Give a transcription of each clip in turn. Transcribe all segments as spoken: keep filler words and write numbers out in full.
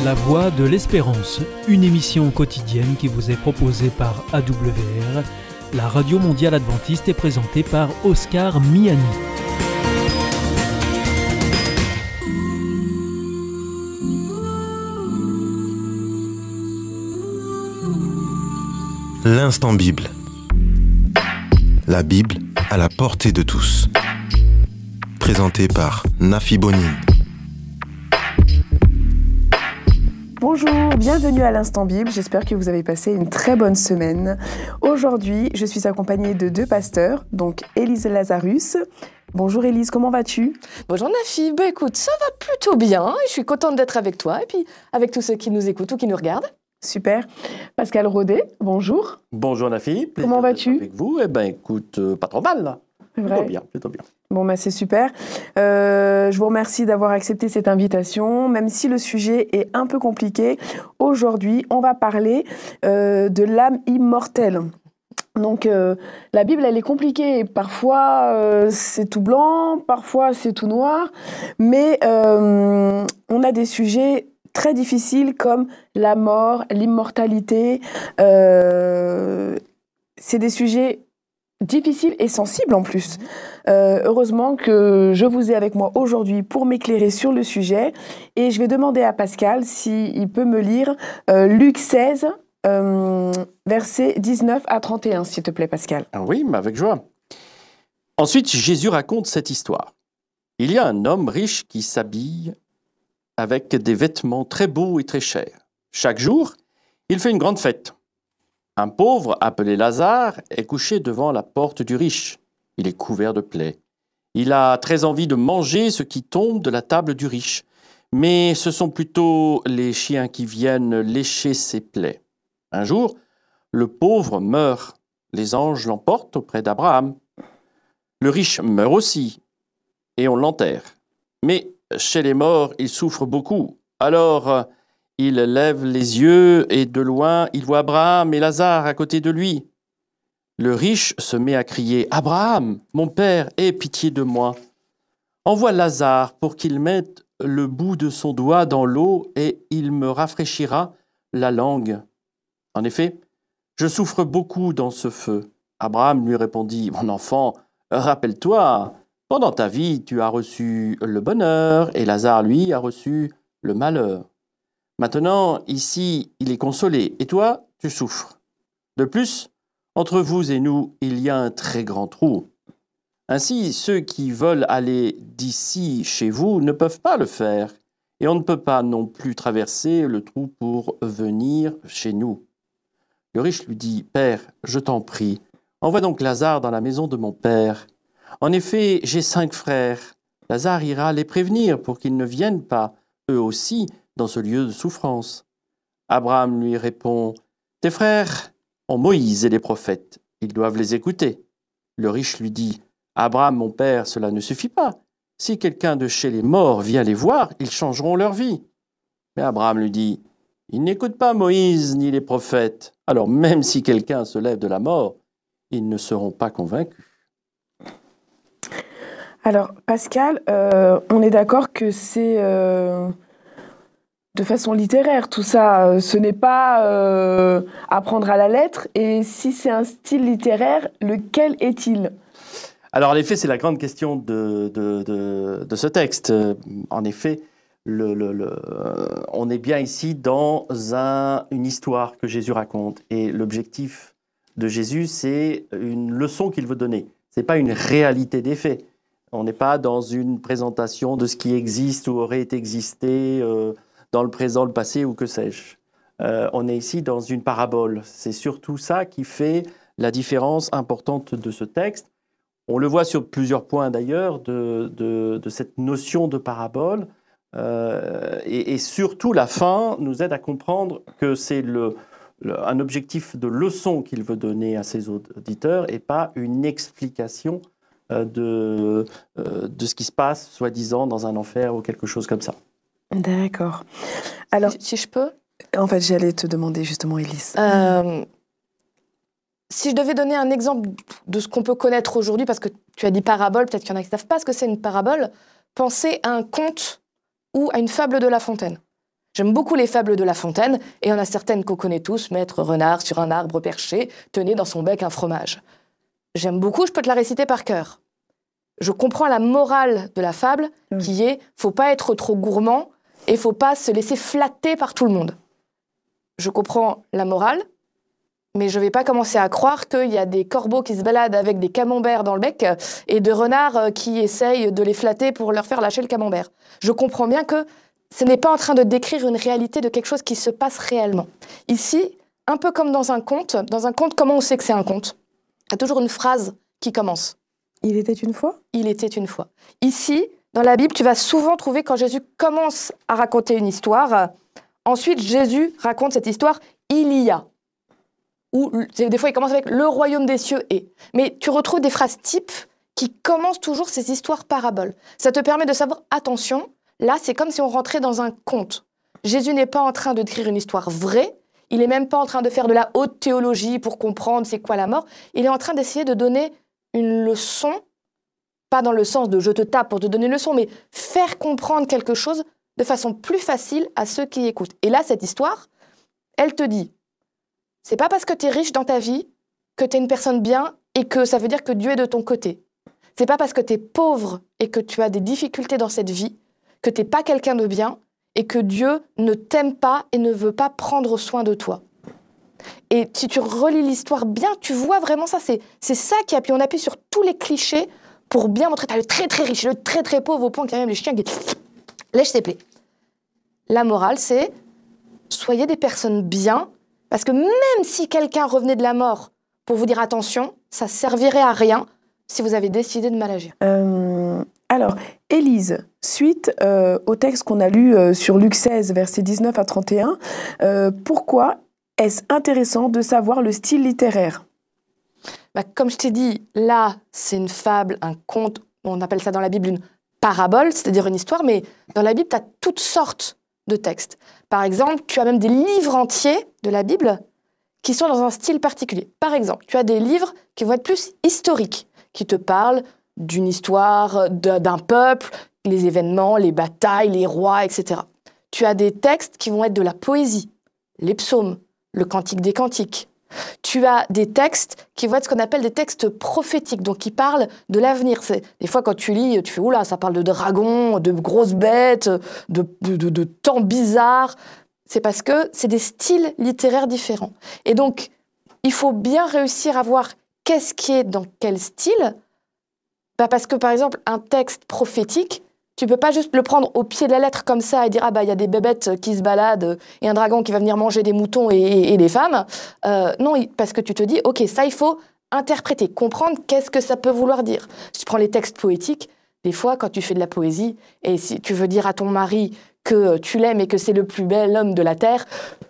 La Voix de l'Espérance, une émission quotidienne qui vous est proposée par A W R, la radio mondiale adventiste, et présentée par Oscar Miani. L'instant Bible. La Bible à la portée de tous. Présenté par Nafi Bonine. Bonjour, bienvenue à l'Instant Bible, j'espère que vous avez passé une très bonne semaine. Aujourd'hui, je suis accompagnée de deux pasteurs, donc Élise Lazarus. Bonjour Élise, comment vas-tu? Bonjour Nafi, bah écoute, ça va plutôt bien, je suis contente d'être avec toi et puis avec tous ceux qui nous écoutent ou qui nous regardent. Super. Pascal Rodet, bonjour. Bonjour Nafi. Comment vas-tu? Avec vous, eh ben écoute, euh, pas trop mal là. C'est vrai. Plutôt bien, plutôt bien. Bon, bah, c'est super. Euh, je vous remercie d'avoir accepté cette invitation. Même si le sujet est un peu compliqué, aujourd'hui, on va parler euh, de l'âme immortelle. Donc, euh, la Bible, elle est compliquée. Parfois, euh, c'est tout blanc, parfois, c'est tout noir. Mais euh, on a des sujets très difficiles comme la mort, l'immortalité. Euh, c'est des sujets difficile et sensible en plus. Euh, heureusement que je vous ai avec moi aujourd'hui pour m'éclairer sur le sujet, et je vais demander à Pascal s'il peut me lire euh, Luc seize, euh, versets dix-neuf à trente et un, s'il te plaît Pascal. Ah oui, mais avec joie. Ensuite, Jésus raconte cette histoire. Il y a un homme riche qui s'habille avec des vêtements très beaux et très chers. Chaque jour, il fait une grande fête. Un pauvre, appelé Lazare, est couché devant la porte du riche. Il est couvert de plaies. Il a très envie de manger ce qui tombe de la table du riche. Mais ce sont plutôt les chiens qui viennent lécher ses plaies. Un jour, le pauvre meurt. Les anges l'emportent auprès d'Abraham. Le riche meurt aussi, et on l'enterre. Mais chez les morts, il souffre beaucoup. Alors, il lève les yeux et de loin, il voit Abraham et Lazare à côté de lui. Le riche se met à crier « Abraham, mon père, aie pitié de moi. Envoie Lazare pour qu'il mette le bout de son doigt dans l'eau et il me rafraîchira la langue. En effet, je souffre beaucoup dans ce feu. » Abraham lui répondit « Mon enfant, rappelle-toi, pendant ta vie, tu as reçu le bonheur et Lazare, lui, a reçu le malheur. Maintenant, ici, il est consolé, et toi, tu souffres. De plus, entre vous et nous, il y a un très grand trou. Ainsi, ceux qui veulent aller d'ici chez vous ne peuvent pas le faire, et on ne peut pas non plus traverser le trou pour venir chez nous. Le riche lui dit, « Père, je t'en prie, envoie donc Lazare dans la maison de mon père. En effet, j'ai cinq frères. Lazare ira les prévenir pour qu'ils ne viennent pas, eux aussi, dans ce lieu de souffrance. » Abraham lui répond, « Tes frères ont Moïse et les prophètes, ils doivent les écouter. » Le riche lui dit, « Abraham, mon père, cela ne suffit pas. Si quelqu'un de chez les morts vient les voir, ils changeront leur vie. » Mais Abraham lui dit, « Ils n'écoutent pas Moïse ni les prophètes. Alors même si quelqu'un se lève de la mort, ils ne seront pas convaincus. » Alors Pascal, euh, on est d'accord que c'est euh, de façon littéraire tout ça, ce n'est pas euh, à prendre à la lettre, et si c'est un style littéraire, lequel est-il? Alors en effet, c'est la grande question de, de, de, de ce texte. En effet, le, le, le, on est bien ici dans un, une histoire que Jésus raconte, et l'objectif de Jésus, c'est une leçon qu'il veut donner. Ce n'est pas une réalité des faits. On n'est pas dans une présentation de ce qui existe ou aurait existé euh, dans le présent, le passé ou que sais-je. Euh, on est ici dans une parabole. C'est surtout ça qui fait la différence importante de ce texte. On le voit sur plusieurs points d'ailleurs de, de, de cette notion de parabole. Euh, et, et surtout, la fin nous aide à comprendre que c'est le, le, un objectif de leçon qu'il veut donner à ses auditeurs et pas une explication De, euh, de ce qui se passe, soi-disant, dans un enfer ou quelque chose comme ça. D'accord. Alors, si, si je peux En fait, j'allais te demander justement, Élise. Euh, si je devais donner un exemple de ce qu'on peut connaître aujourd'hui, parce que tu as dit parabole, peut-être qu'il y en a qui ne savent pas ce que c'est une parabole, pensez à un conte ou à une fable de La Fontaine. J'aime beaucoup les fables de La Fontaine, et il y en a certaines qu'on connaît tous, Maître Renard sur un arbre perché, tenait dans son bec un fromage. J'aime beaucoup, je peux te la réciter par cœur. Je comprends la morale de la fable, mmh. qui est « faut pas être trop gourmand et faut pas se laisser flatter par tout le monde ». Je comprends la morale, mais je vais pas commencer à croire qu'il y a des corbeaux qui se baladent avec des camemberts dans le bec et de renards qui essayent de les flatter pour leur faire lâcher le camembert. Je comprends bien que ce n'est pas en train de décrire une réalité de quelque chose qui se passe réellement. Ici, un peu comme dans un conte, dans un conte, comment on sait que c'est un conte ? Il y a toujours une phrase qui commence. Il était une fois ? Il était une fois. Ici, dans la Bible, tu vas souvent trouver quand Jésus commence à raconter une histoire, ensuite Jésus raconte cette histoire, il y a. Ou des fois, il commence avec le royaume des cieux est. Mais tu retrouves des phrases types qui commencent toujours ces histoires paraboles. Ça te permet de savoir, attention, là, c'est comme si on rentrait dans un conte. Jésus n'est pas en train de décrire une histoire vraie, il n'est même pas en train de faire de la haute théologie pour comprendre c'est quoi la mort, il est en train d'essayer de donner une leçon, pas dans le sens de je te tape pour te donner une leçon, mais faire comprendre quelque chose de façon plus facile à ceux qui écoutent. Et là, cette histoire, elle te dit, c'est pas parce que tu es riche dans ta vie que tu es une personne bien et que ça veut dire que Dieu est de ton côté. C'est pas parce que tu es pauvre et que tu as des difficultés dans cette vie que tu n'es pas quelqu'un de bien et que Dieu ne t'aime pas et ne veut pas prendre soin de toi. Et si tu relis l'histoire bien, tu vois vraiment ça. C'est, c'est ça qui appuie. On appuie sur tous les clichés pour bien montrer. T'as le très très riche, le très très pauvre au point qu'il y a même les chiens qui lèchent ses plaies. La morale, c'est soyez des personnes bien, parce que même si quelqu'un revenait de la mort pour vous dire attention, ça servirait à rien si vous avez décidé de mal agir. Euh, alors, Élise, suite euh, au texte qu'on a lu euh, sur Luc seize, versets dix-neuf à trente et un, euh, pourquoi est-ce intéressant de savoir le style littéraire ? Bah, comme je t'ai dit, là, c'est une fable, un conte, on appelle ça dans la Bible une parabole, c'est-à-dire une histoire, mais dans la Bible, tu as toutes sortes de textes. Par exemple, tu as même des livres entiers de la Bible qui sont dans un style particulier. Par exemple, tu as des livres qui vont être plus historiques, qui te parlent d'une histoire, d'un peuple, les événements, les batailles, les rois, et cetera. Tu as des textes qui vont être de la poésie, les psaumes, le Cantique des Cantiques. Tu as des textes qui vont être ce qu'on appelle des textes prophétiques, donc qui parlent de l'avenir. C'est, des fois, quand tu lis, tu fais « Oula, ça parle de dragons, de grosses bêtes, de, de, de, de temps bizarres ». C'est parce que c'est des styles littéraires différents. Et donc, il faut bien réussir à voir qu'est-ce qui est dans quel style. Bah parce que, par exemple, un texte prophétique, tu peux pas juste le prendre au pied de la lettre comme ça et dire « Ah bah il y a des bébêtes qui se baladent et un dragon qui va venir manger des moutons et, et, et des femmes. Euh, » Non, parce que tu te dis « Ok, ça il faut interpréter, comprendre qu'est-ce que ça peut vouloir dire. » Si tu prends les textes poétiques, des fois quand tu fais de la poésie et si tu veux dire à ton mari que tu l'aimes et que c'est le plus bel homme de la terre,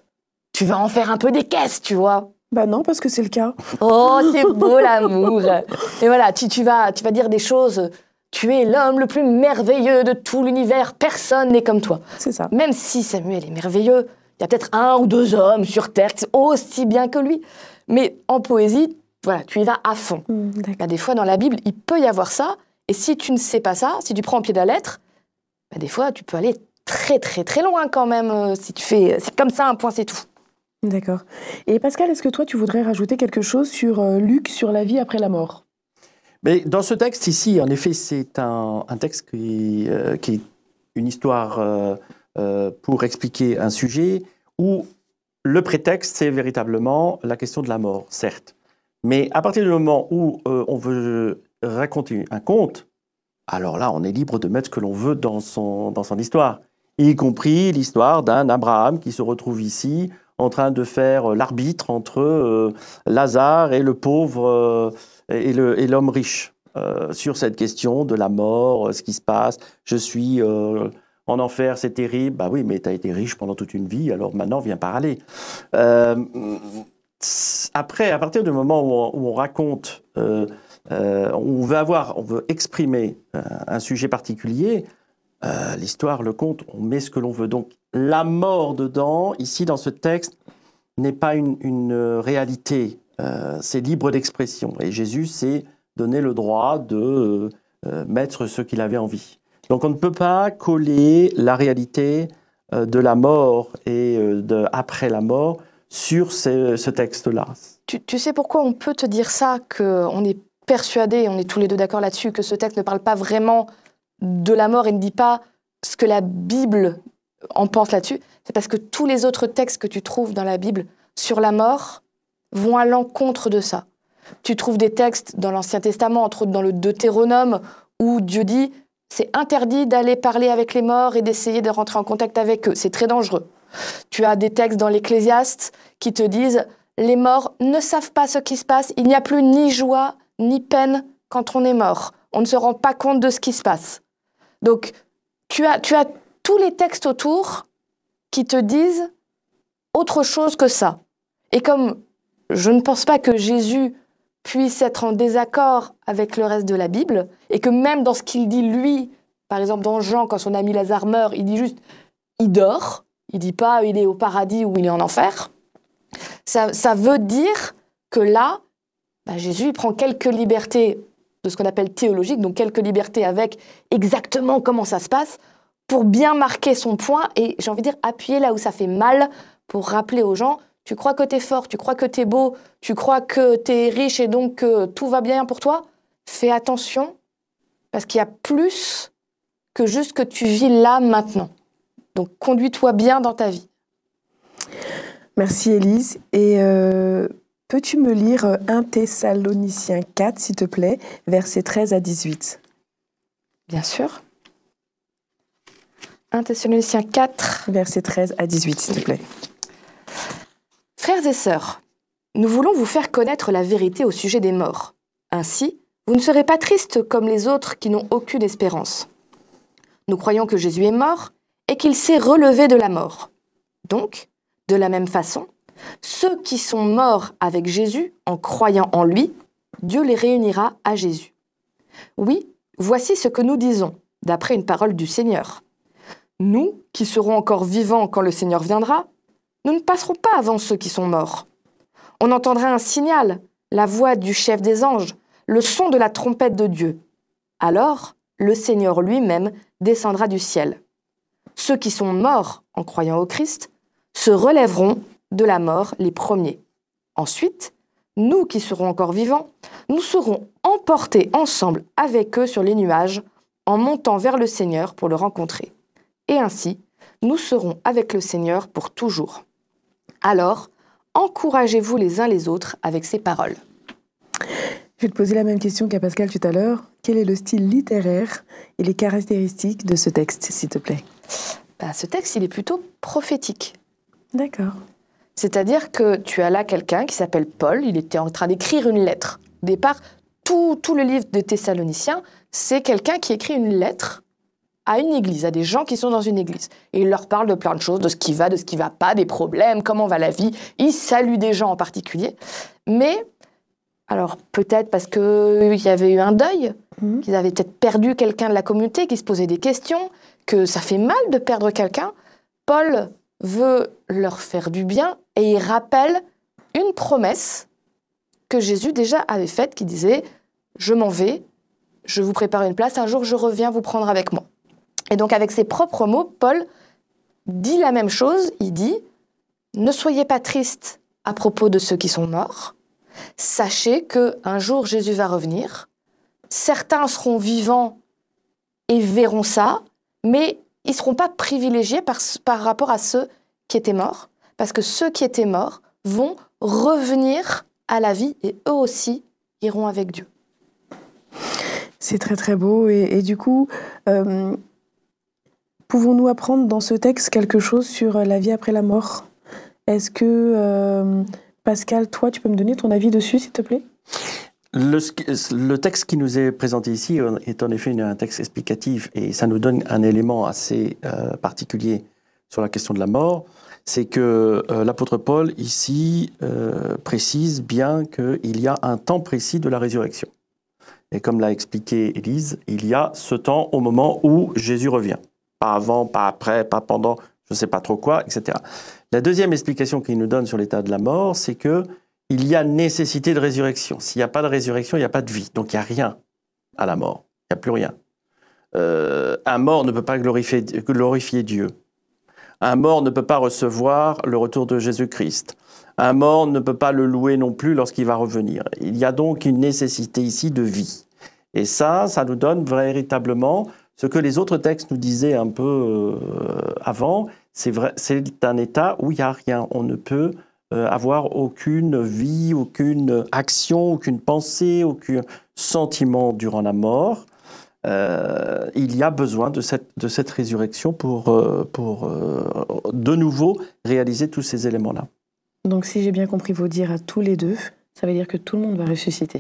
tu vas en faire un peu des caisses, tu vois. Bah non, parce que c'est le cas. Oh, c'est beau l'amour. Et voilà, tu, tu, vas, tu vas dire des choses... Tu es l'homme le plus merveilleux de tout l'univers, personne n'est comme toi. C'est ça. Même si Samuel est merveilleux, il y a peut-être un ou deux hommes sur Terre qui sont aussi bien que lui. Mais en poésie, voilà, tu y vas à fond. Mmh, bah, des fois, dans la Bible, il peut y avoir ça. Et si tu ne sais pas ça, si tu prends au pied de la lettre, bah, des fois, tu peux aller très, très, très loin quand même. Si tu fais, c'est comme ça, un point, c'est tout. D'accord. Et Pascal, est-ce que toi, tu voudrais rajouter quelque chose sur euh, Luc, sur la vie après la mort ? Mais dans ce texte ici, en effet, c'est un, un texte qui, euh, qui est une histoire euh, euh, pour expliquer un sujet où le prétexte, c'est véritablement la question de la mort, certes. Mais à partir du moment où euh, on veut raconter un conte, alors là, on est libre de mettre ce que l'on veut dans son, dans son histoire, y compris l'histoire d'un Abraham qui se retrouve ici en train de faire l'arbitre entre euh, Lazare et le pauvre... Euh, et, le, et l'homme riche, euh, sur cette question de la mort, ce qui se passe. Je suis euh, en enfer, c'est terrible. Bah oui, mais tu as été riche pendant toute une vie, alors maintenant, viens pas râler. Euh, après, à partir du moment où on, où on raconte, euh, euh, on veut avoir, on veut exprimer euh, un sujet particulier, euh, l'histoire, le conte, on met ce que l'on veut. Donc, la mort dedans, ici, dans ce texte, n'est pas une, une réalité. Euh, c'est libre d'expression. Et Jésus s'est donné le droit de euh, mettre ce qu'il avait envie. Donc on ne peut pas coller la réalité euh, de la mort et euh, de, après la mort sur ce, ce texte-là. Tu, tu sais pourquoi on peut te dire ça, qu'on est persuadé, on est tous les deux d'accord là-dessus, que ce texte ne parle pas vraiment de la mort et ne dit pas ce que la Bible en pense là-dessus? C'est parce que tous les autres textes que tu trouves dans la Bible sur la mort vont à l'encontre de ça. Tu trouves des textes dans l'Ancien Testament, entre autres dans le Deutéronome, où Dieu dit « c'est interdit d'aller parler avec les morts et d'essayer de rentrer en contact avec eux, c'est très dangereux ». Tu as des textes dans l'Ecclésiaste qui te disent « les morts ne savent pas ce qui se passe, il n'y a plus ni joie ni peine quand on est mort, on ne se rend pas compte de ce qui se passe ». Donc, tu as, tu as tous les textes autour qui te disent autre chose que ça. Et comme je ne pense pas que Jésus puisse être en désaccord avec le reste de la Bible, et que même dans ce qu'il dit, lui, par exemple dans Jean, quand son ami Lazare meurt, il dit juste « il dort », il ne dit pas « il est au paradis » ou « il est en enfer ». Ça, ça veut dire que là, bah, Jésus il prend quelques libertés de ce qu'on appelle théologiques, donc quelques libertés avec exactement comment ça se passe, pour bien marquer son point, et j'ai envie de dire appuyer là où ça fait mal, pour rappeler aux gens « tu crois que t'es fort, tu crois que t'es beau, tu crois que t'es riche et donc que tout va bien pour toi, fais attention, parce qu'il y a plus que juste que tu vis là maintenant. Donc conduis-toi bien dans ta vie. » Merci Élise. Et euh, peux-tu me lire un Thessaloniciens quatre, s'il te plaît, versets treize à dix-huit? Bien sûr. un Thessaloniciens quatre. Versets treize à dix-huit, s'il te plaît. Frères et sœurs, nous voulons vous faire connaître la vérité au sujet des morts. Ainsi, vous ne serez pas tristes comme les autres qui n'ont aucune espérance. Nous croyons que Jésus est mort et qu'il s'est relevé de la mort. Donc, de la même façon, ceux qui sont morts avec Jésus en croyant en lui, Dieu les réunira à Jésus. Oui, voici ce que nous disons, d'après une parole du Seigneur. Nous, qui serons encore vivants quand le Seigneur viendra, nous ne passerons pas avant ceux qui sont morts. On entendra un signal, la voix du chef des anges, le son de la trompette de Dieu. Alors, le Seigneur lui-même descendra du ciel. Ceux qui sont morts en croyant au Christ se relèveront de la mort les premiers. Ensuite, nous qui serons encore vivants, nous serons emportés ensemble avec eux sur les nuages en montant vers le Seigneur pour le rencontrer. Et ainsi, nous serons avec le Seigneur pour toujours. Alors, encouragez-vous les uns les autres avec ces paroles. Je vais te poser la même question qu'à Pascal tout à l'heure. Quel est le style littéraire et les caractéristiques de ce texte, s'il te plaît? Bah, ce texte, il est plutôt prophétique. D'accord. C'est-à-dire que tu as là quelqu'un qui s'appelle Paul, il était en train d'écrire une lettre. Au départ, tout, tout le livre des Thessaloniciens, c'est quelqu'un qui écrit une lettre à une église, à des gens qui sont dans une église. Et il leur parle de plein de choses, de ce qui va, de ce qui ne va pas, des problèmes, comment va la vie. Il salue des gens en particulier. Mais, alors peut-être parce qu'il y avait eu un deuil, mmh. qu'ils avaient peut-être perdu quelqu'un de la communauté, qui se posait des questions, que ça fait mal de perdre quelqu'un, Paul veut leur faire du bien et il rappelle une promesse que Jésus déjà avait faite, qui disait « Je m'en vais, je vous prépare une place, un jour je reviens vous prendre avec moi ». Et donc avec ses propres mots, Paul dit la même chose, il dit « Ne soyez pas tristes à propos de ceux qui sont morts, sachez qu'un jour Jésus va revenir, certains seront vivants et verront ça, mais ils ne seront pas privilégiés par, par rapport à ceux qui étaient morts, parce que ceux qui étaient morts vont revenir à la vie et eux aussi iront avec Dieu. » C'est très très beau et, et du coup, euh, pouvons-nous apprendre dans ce texte quelque chose sur la vie après la mort? Est-ce que, euh, Pascal, toi, tu peux me donner ton avis dessus, s'il te plaît? Le, le texte qui nous est présenté ici est en effet un texte explicatif et ça nous donne un élément assez euh, particulier sur la question de la mort. C'est que euh, l'apôtre Paul, ici, euh, précise bien qu'il y a un temps précis de la résurrection. Et comme l'a expliqué Élise, il y a ce temps au moment où Jésus revient. Pas avant, pas après, pas pendant, je ne sais pas trop quoi, et cetera. La deuxième explication qu'il nous donne sur l'état de la mort, c'est que il y a nécessité de résurrection. S'il n'y a pas de résurrection, il n'y a pas de vie. Donc il n'y a rien à la mort. Il n'y a plus rien. Euh, un mort ne peut pas glorifier, glorifier Dieu. Un mort ne peut pas recevoir le retour de Jésus-Christ. Un mort ne peut pas le louer non plus lorsqu'il va revenir. Il y a donc une nécessité ici de vie. Et ça, ça nous donne véritablement ce que les autres textes nous disaient un peu euh, avant. C'est vrai, c'est un état où il n'y a rien. On ne peut euh, avoir aucune vie, aucune action, aucune pensée, aucun sentiment durant la mort. Euh, il y a besoin de cette, de cette résurrection pour, euh, pour euh, de nouveau réaliser tous ces éléments-là. Donc si j'ai bien compris vos dires à tous les deux, ça veut dire que tout le monde va ressusciter.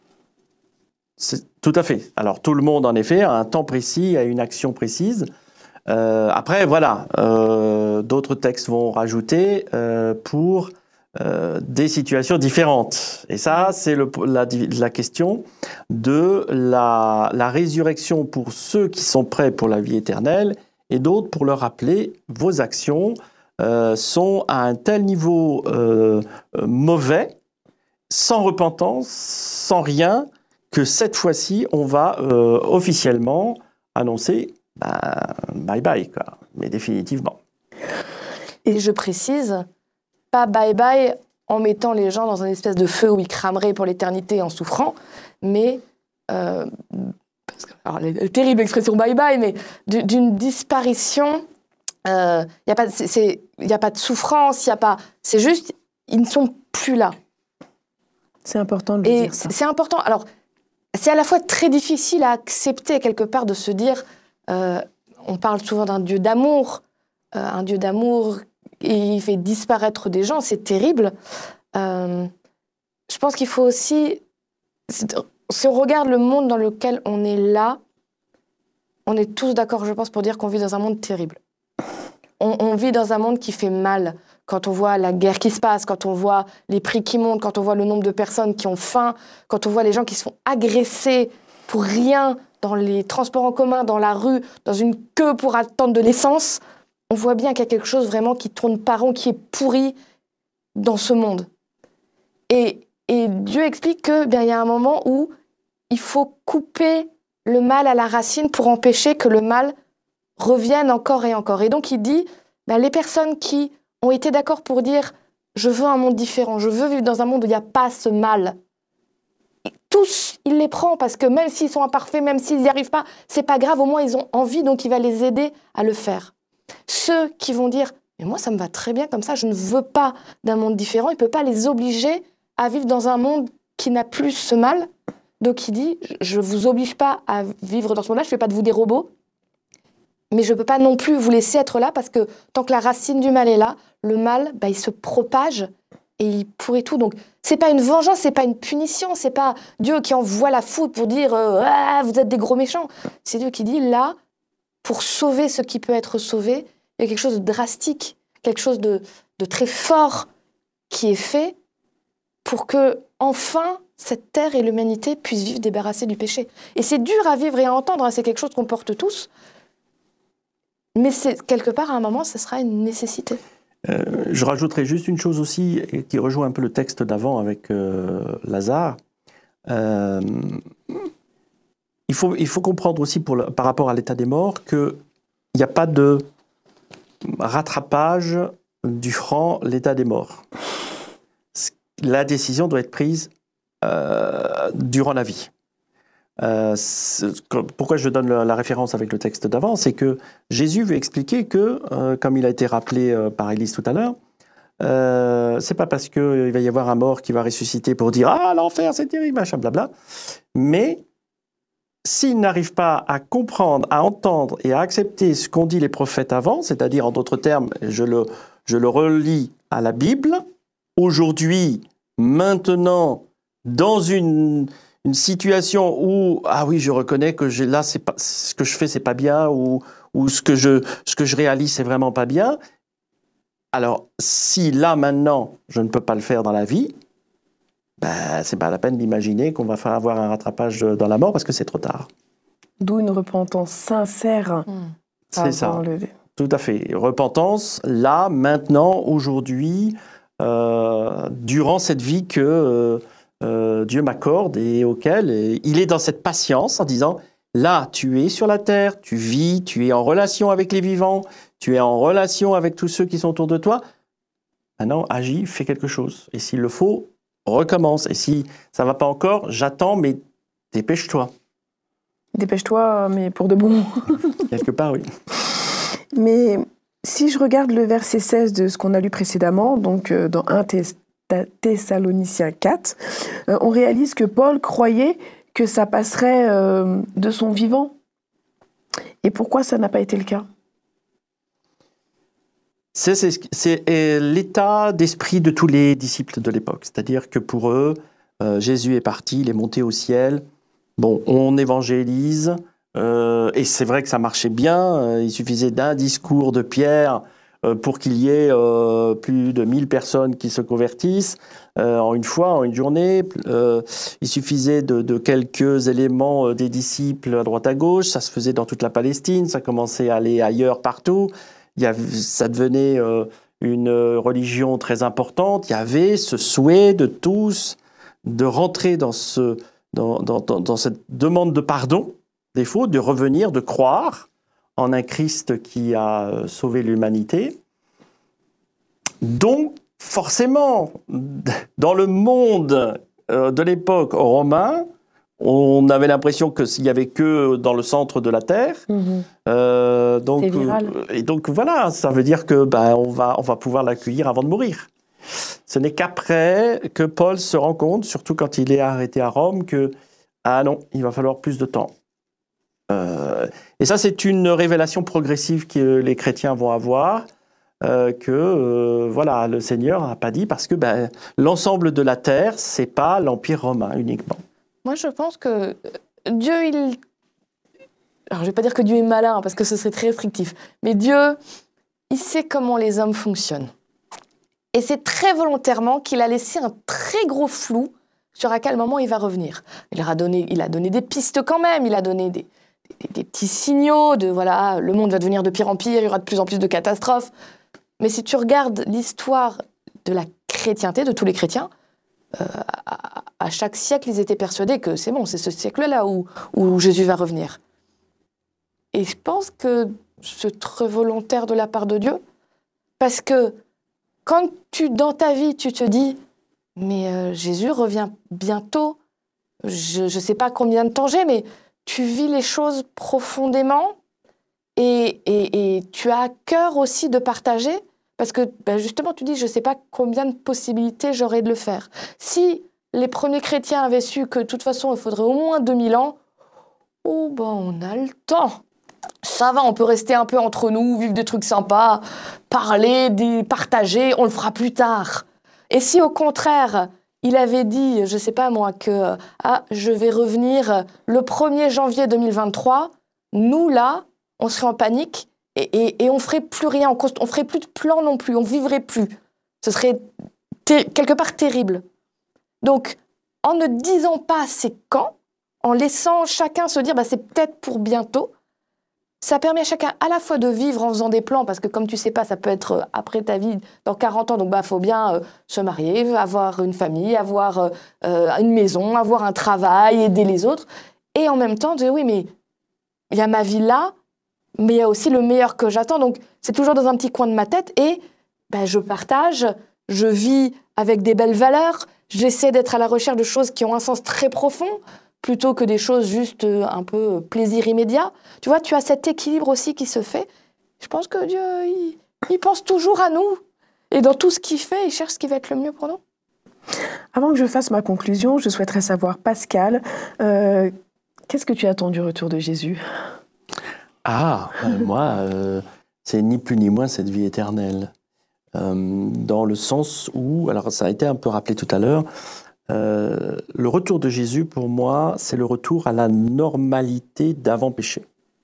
C'est, tout à fait. Alors tout le monde, en effet, a un temps précis, a une action précise. Euh, après, voilà, euh, d'autres textes vont rajouter euh, pour euh, des situations différentes. Et ça, c'est le, la, la question de la, la résurrection pour ceux qui sont prêts pour la vie éternelle et d'autres pour leur rappeler vos actions euh, sont à un tel niveau euh, mauvais, sans repentance, sans rien, que cette fois-ci, on va euh, officiellement annoncer bah, bye bye, quoi, mais définitivement. Et je précise, pas bye bye en mettant les gens dans un espèce de feu où ils crameraient pour l'éternité en souffrant, mais, euh, parce que, alors, la terrible expression bye bye, mais d'une disparition, il euh, n'y a, a pas de souffrance, y a pas, c'est juste, ils ne sont plus là. C'est important de le Et dire, ça. C'est important. Alors, c'est à la fois très difficile à accepter quelque part de se dire, euh, on parle souvent d'un Dieu d'amour, euh, un Dieu d'amour, et il fait disparaître des gens, c'est terrible. Euh, je pense qu'il faut aussi, si on regarde le monde dans lequel on est là, on est tous d'accord, je pense, pour dire qu'on vit dans un monde terrible. On, on vit dans un monde qui fait mal. Quand on voit la guerre qui se passe, quand on voit les prix qui montent, quand on voit le nombre de personnes qui ont faim, quand on voit les gens qui se font agresser pour rien dans les transports en commun, dans la rue, dans une queue pour attendre de l'essence, on voit bien qu'il y a quelque chose vraiment qui tourne pas rond, qui est pourri dans ce monde. Et, et Dieu explique que bien, il y a un moment où il faut couper le mal à la racine pour empêcher que le mal revienne encore et encore. Et donc il dit, ben, les personnes qui ont été d'accord pour dire « je veux un monde différent, je veux vivre dans un monde où il n'y a pas ce mal », tous, il les prend parce que même s'ils sont imparfaits, même s'ils n'y arrivent pas, c'est pas grave, au moins ils ont envie, donc il va les aider à le faire. Ceux qui vont dire « mais moi ça me va très bien comme ça, je ne veux pas d'un monde différent », il ne peut pas les obliger à vivre dans un monde qui n'a plus ce mal. Donc il dit « je ne vous oblige pas à vivre dans ce monde-là, je ne fais pas de vous des robots, mais je ne peux pas non plus vous laisser être là parce que tant que la racine du mal est là, le mal, bah, il se propage et il pourrit tout. Donc, ce n'est pas une vengeance, ce n'est pas une punition, ce n'est pas Dieu qui envoie la foudre pour dire euh, « ah, vous êtes des gros méchants ». C'est Dieu qui dit là, pour sauver ce qui peut être sauvé, il y a quelque chose de drastique, quelque chose de, de très fort qui est fait pour que, enfin, cette terre et l'humanité puissent vivre débarrassées du péché. Et c'est dur à vivre et à entendre, hein, c'est quelque chose qu'on porte tous. Mais c'est, quelque part, à un moment, ce sera une nécessité. Euh, je rajouterai juste une chose aussi, qui rejoint un peu le texte d'avant avec euh, Lazare. Euh, il, faut, il faut comprendre aussi, pour le, par rapport à l'état des morts, qu'il n'y a pas de rattrapage durant l'état des morts. La décision doit être prise euh, durant la vie. Euh, pourquoi je donne la référence avec le texte d'avant, c'est que Jésus veut expliquer que, euh, comme il a été rappelé euh, par Élise tout à l'heure, euh, c'est pas parce qu'il va y avoir un mort qui va ressusciter pour dire « Ah, l'enfer, c'est terrible, machin, blabla », mais s'il n'arrive pas à comprendre, à entendre et à accepter ce qu'ont dit les prophètes avant, c'est-à-dire, en d'autres termes, je le, je le relis à la Bible, aujourd'hui, maintenant, dans une... une situation où, ah oui, je reconnais que j'ai, là, c'est pas, ce que je fais, c'est pas bien, ou, ou ce, que je, ce que je réalise, c'est vraiment pas bien. Alors, si là, maintenant, je ne peux pas le faire dans la vie, ben, c'est pas la peine d'imaginer qu'on va faire avoir un rattrapage dans la mort parce que c'est trop tard. D'où une repentance sincère. Mmh. C'est ça, le... tout à fait. Repentance, là, maintenant, aujourd'hui, euh, durant cette vie que... Euh, Euh, Dieu m'accorde et auquel et il est dans cette patience en disant Là, tu es sur la terre, tu vis, tu es en relation avec les vivants, tu es en relation avec tous ceux qui sont autour de toi. Maintenant, agis, fais quelque chose. Et s'il le faut, recommence. Et si ça ne va pas encore, j'attends, mais dépêche-toi. Dépêche-toi, mais pour de bon. Quelque part, oui. Mais si je regarde le verset seize de ce qu'on a lu précédemment, donc euh, dans un Thessaloniciens quatre, euh, on réalise que Paul croyait que ça passerait euh, de son vivant. Et pourquoi ça n'a pas été le cas ? C'est, c'est, c'est l'état d'esprit de tous les disciples de l'époque. C'est-à-dire que pour eux, euh, Jésus est parti, il est monté au ciel. Bon, on évangélise, euh, et c'est vrai que ça marchait bien. Il suffisait d'un discours de Pierre euh, pour qu'il y ait euh, plus de mille personnes qui se convertissent euh, en une fois, en une journée. Euh, il suffisait de, de quelques éléments des disciples à droite à gauche. Ça se faisait dans toute la Palestine, ça commençait à aller ailleurs partout. Il y avait, ça devenait euh, une religion très importante. Il y avait ce souhait de tous de rentrer dans, ce, dans, dans, dans, dans cette demande de pardon des fautes, de revenir, de croire en un Christ qui a sauvé l'humanité. Donc, forcément, dans le monde de l'époque romain, on avait l'impression que s'il y avait que dans le centre de la terre, mmh. euh, donc c'est viral. Et donc voilà, ça veut dire que ben on va on va pouvoir l'accueillir avant de mourir. Ce n'est qu'après que Paul se rend compte, surtout quand il est arrêté à Rome, que ah non, il va falloir plus de temps. Euh, et ça, c'est une révélation progressive que les chrétiens vont avoir. Euh, que euh, voilà, le Seigneur n'a pas dit parce que ben, l'ensemble de la terre, c'est pas l'Empire romain uniquement. Moi, je pense que Dieu, il... Alors, je ne vais pas dire que Dieu est malin, parce que ce serait très restrictif. Mais Dieu, il sait comment les hommes fonctionnent. Et c'est très volontairement qu'il a laissé un très gros flou sur à quel moment il va revenir. Il a donné, il a donné des pistes quand même, il a donné des, des, des petits signaux de, voilà, le monde va devenir de pire en pire, il y aura de plus en plus de catastrophes. Mais si tu regardes l'histoire de la chrétienté, de tous les chrétiens, euh, à, à chaque siècle, ils étaient persuadés que c'est bon, c'est ce siècle-là où, où Jésus va revenir. Et je pense que c'est très volontaire de la part de Dieu, parce que quand tu, dans ta vie, tu te dis « mais euh, Jésus revient bientôt, je ne sais pas combien de temps j'ai, mais tu vis les choses profondément et, et, et tu as à cœur aussi de partager, parce que ben justement, tu dis « je ne sais pas combien de possibilités j'aurai de le faire ». Si les premiers chrétiens avaient su que de toute façon, il faudrait au moins deux mille ans, oh ben on a le temps. Ça va, on peut rester un peu entre nous, vivre des trucs sympas, parler, des, partager, on le fera plus tard. Et si au contraire, il avait dit, je ne sais pas moi, que ah, je vais revenir le premier janvier deux mille vingt-trois, nous là, on serait en panique et, et, et on ne ferait plus rien, on ne ferait plus de plan non plus, on ne vivrait plus. Ce serait quelque part terrible. Donc, en ne disant pas c'est quand, en laissant chacun se dire bah, c'est peut-être pour bientôt, ça permet à chacun à la fois de vivre en faisant des plans, parce que comme tu sais pas, ça peut être après ta vie, dans quarante ans, donc bah faut bien euh, se marier, avoir une famille, avoir euh, une maison, avoir un travail, aider les autres, et en même temps dire oui mais il y a ma vie là, mais il y a aussi le meilleur que j'attends, donc c'est toujours dans un petit coin de ma tête, et bah, je partage, je vis avec des belles valeurs, j'essaie d'être à la recherche de choses qui ont un sens très profond, plutôt que des choses juste un peu plaisir immédiat. Tu vois, tu as cet équilibre aussi qui se fait. Je pense que Dieu, il, il pense toujours à nous. Et dans tout ce qu'il fait, il cherche ce qui va être le mieux pour nous. Avant que je fasse ma conclusion, je souhaiterais savoir, Pascal, euh, qu'est-ce que tu attends du retour de Jésus ? Ah, euh, moi, euh, c'est ni plus ni moins cette vie éternelle. Euh, dans le sens où, alors ça a été un peu rappelé tout à l'heure, Euh, le retour de Jésus, pour moi, c'est le retour à la normalité d'avant-péché.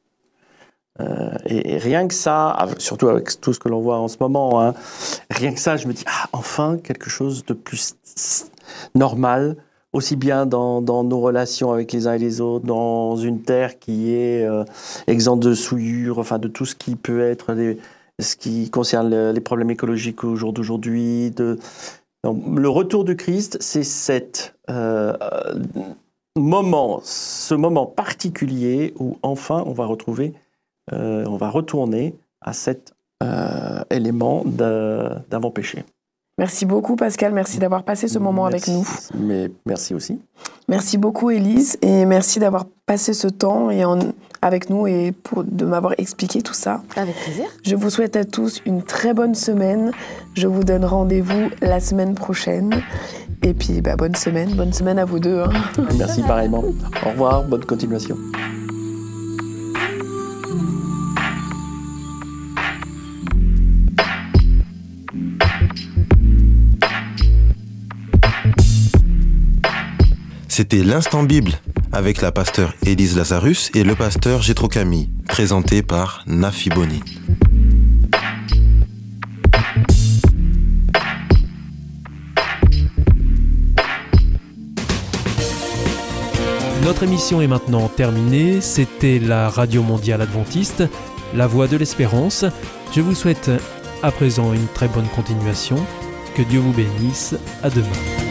Euh, et, et rien que ça, surtout avec tout ce que l'on voit en ce moment, hein, rien que ça, je me dis, ah, enfin, quelque chose de plus normal, aussi bien dans, dans nos relations avec les uns et les autres, dans une terre qui est euh, exempte de souillure, enfin de tout ce qui peut être des, ce qui concerne le, les problèmes écologiques au jour d'aujourd'hui, de... Donc, le retour du Christ, c'est cette, euh, moment, ce moment particulier où enfin on va retrouver, euh, on va retourner à cet euh, élément de, d'avant-péché. Merci beaucoup Pascal, merci d'avoir passé ce moment Merci, avec nous. Mais merci aussi. Merci beaucoup Élise et merci d'avoir passé ce temps et en, avec nous et pour, de m'avoir expliqué tout ça. Avec plaisir. Je vous souhaite à tous une très bonne semaine. Je vous donne rendez-vous la semaine prochaine. Et puis bah, bonne semaine, bonne semaine à vous deux. Hein. Merci pareillement. Au revoir, bonne continuation. C'était l'Instant Bible avec la pasteure Élise Lazarus et le pasteur Jétro Camille, présenté par Nafi Boni. Notre émission est maintenant terminée. C'était la Radio Mondiale Adventiste, la voix de l'espérance. Je vous souhaite à présent une très bonne continuation. Que Dieu vous bénisse. À demain.